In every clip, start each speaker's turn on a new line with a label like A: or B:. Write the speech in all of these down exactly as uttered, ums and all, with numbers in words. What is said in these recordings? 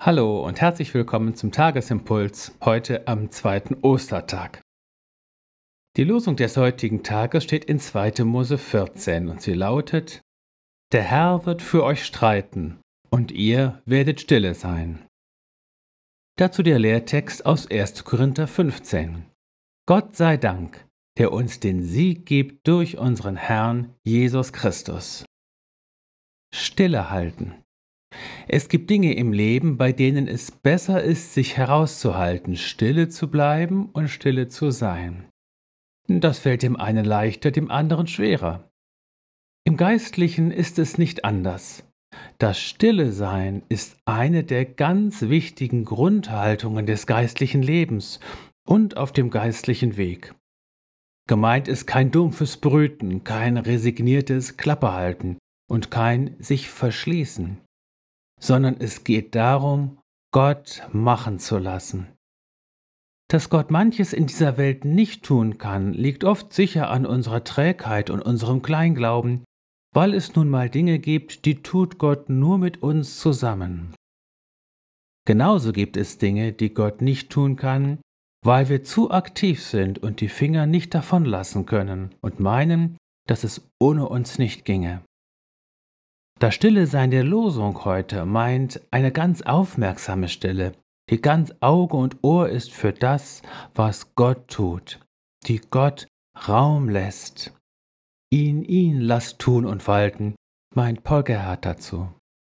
A: Hallo und herzlich willkommen zum Tagesimpuls, heute am zweiten Ostertag. Die Losung des heutigen Tages steht in zweiter Mose vierzehn und sie lautet: Der Herr wird für euch streiten und ihr werdet stille sein. Dazu der Lehrtext aus erster Korinther fünfzehn. Gott sei Dank, der uns den Sieg gibt durch unseren Herrn Jesus Christus. Stille halten. Es gibt Dinge im Leben, bei denen es besser ist, sich herauszuhalten, stille zu bleiben und stille zu sein. Das fällt dem einen leichter, dem anderen schwerer. Im Geistlichen ist es nicht anders. Das Stille Sein ist eine der ganz wichtigen Grundhaltungen des geistlichen Lebens und auf dem geistlichen Weg. Gemeint ist kein dumpfes Brüten, kein resigniertes Klappehalten und kein sich verschließen, sondern es geht darum, Gott machen zu lassen. Dass Gott manches in dieser Welt nicht tun kann, liegt oft sicher an unserer Trägheit und unserem Kleinglauben, weil es nun mal Dinge gibt, die tut Gott nur mit uns zusammen. Genauso gibt es Dinge, die Gott nicht tun kann, weil wir zu aktiv sind und die Finger nicht davon lassen können und meinen, dass es ohne uns nicht ginge. Das Stille Sein der Losung heute meint eine ganz aufmerksame Stille, die ganz Auge und Ohr ist für das, was Gott tut, die Gott Raum lässt. Ihn, ihn lasst tun und walten, meint Paul Gerhardt dazu.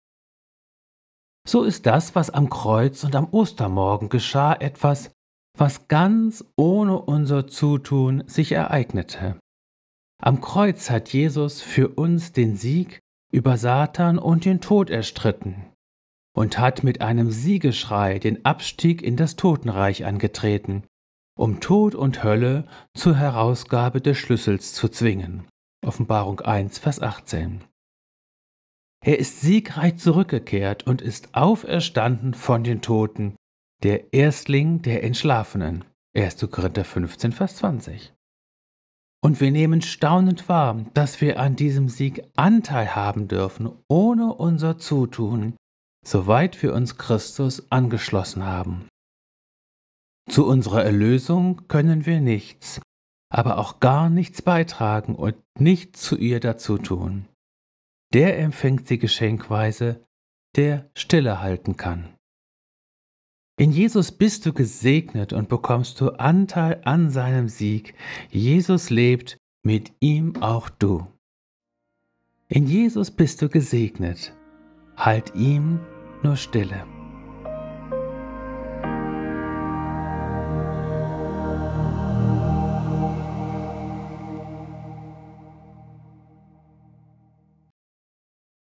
A: So ist das, was am Kreuz und am Ostermorgen geschah, etwas, was ganz ohne unser Zutun sich ereignete. Am Kreuz hat Jesus für uns den Sieg über Satan und den Tod erstritten und hat mit einem Siegesschrei den Abstieg in das Totenreich angetreten, um Tod und Hölle zur Herausgabe des Schlüssels zu zwingen. Offenbarung eins, Vers achtzehn. Er ist siegreich zurückgekehrt und ist auferstanden von den Toten, der Erstling der Entschlafenen. erster Korinther fünfzehn, Vers zwanzig. Und wir nehmen staunend wahr, dass wir an diesem Sieg Anteil haben dürfen, ohne unser Zutun, soweit wir uns Christus angeschlossen haben. Zu unserer Erlösung können wir nichts, aber auch gar nichts beitragen und nichts zu ihr dazu tun. Der empfängt sie geschenkweise, der stille halten kann. In Jesus bist du gesegnet und bekommst du Anteil an seinem Sieg. Jesus lebt, mit ihm auch du. In Jesus bist du gesegnet. Halt ihm nur Stille.